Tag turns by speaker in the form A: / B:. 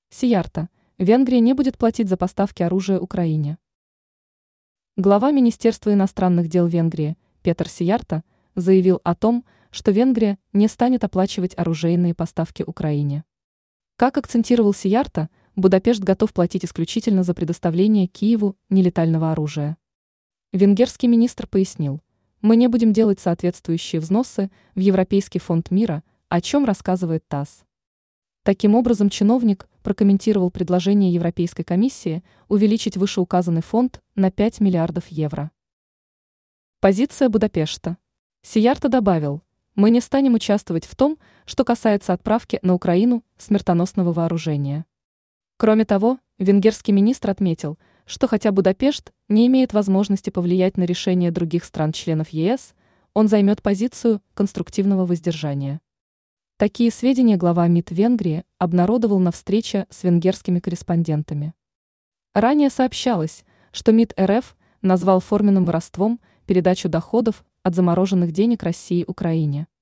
A: Сиярто. Венгрия не будет платить за поставки оружия Украине. Глава Министерства иностранных дел Венгрии Петер Сиярто заявил о том, что Венгрия не станет оплачивать оружейные поставки Украине. Как акцентировал Сиярто, Будапешт готов платить исключительно за предоставление Киеву нелетального оружия. Венгерский министр пояснил: «Мы не будем делать соответствующие взносы в Европейский фонд мира, о чем рассказывает ТАСС». Таким образом, чиновник прокомментировал предложение Европейской комиссии увеличить вышеуказанный фонд на 5 миллиардов евро. Позиция Будапешта. Сиярто добавил: «Мы не станем участвовать в том, что касается отправки на Украину смертоносного вооружения». Кроме того, венгерский министр отметил, что хотя Будапешт не имеет возможности повлиять на решения других стран-членов ЕС, он займет позицию конструктивного воздержания. Такие сведения глава МИД Венгрии обнародовал на встрече с венгерскими корреспондентами. Ранее сообщалось, что МИД РФ назвал форменным воровством передачу доходов от замороженных денег России Украине.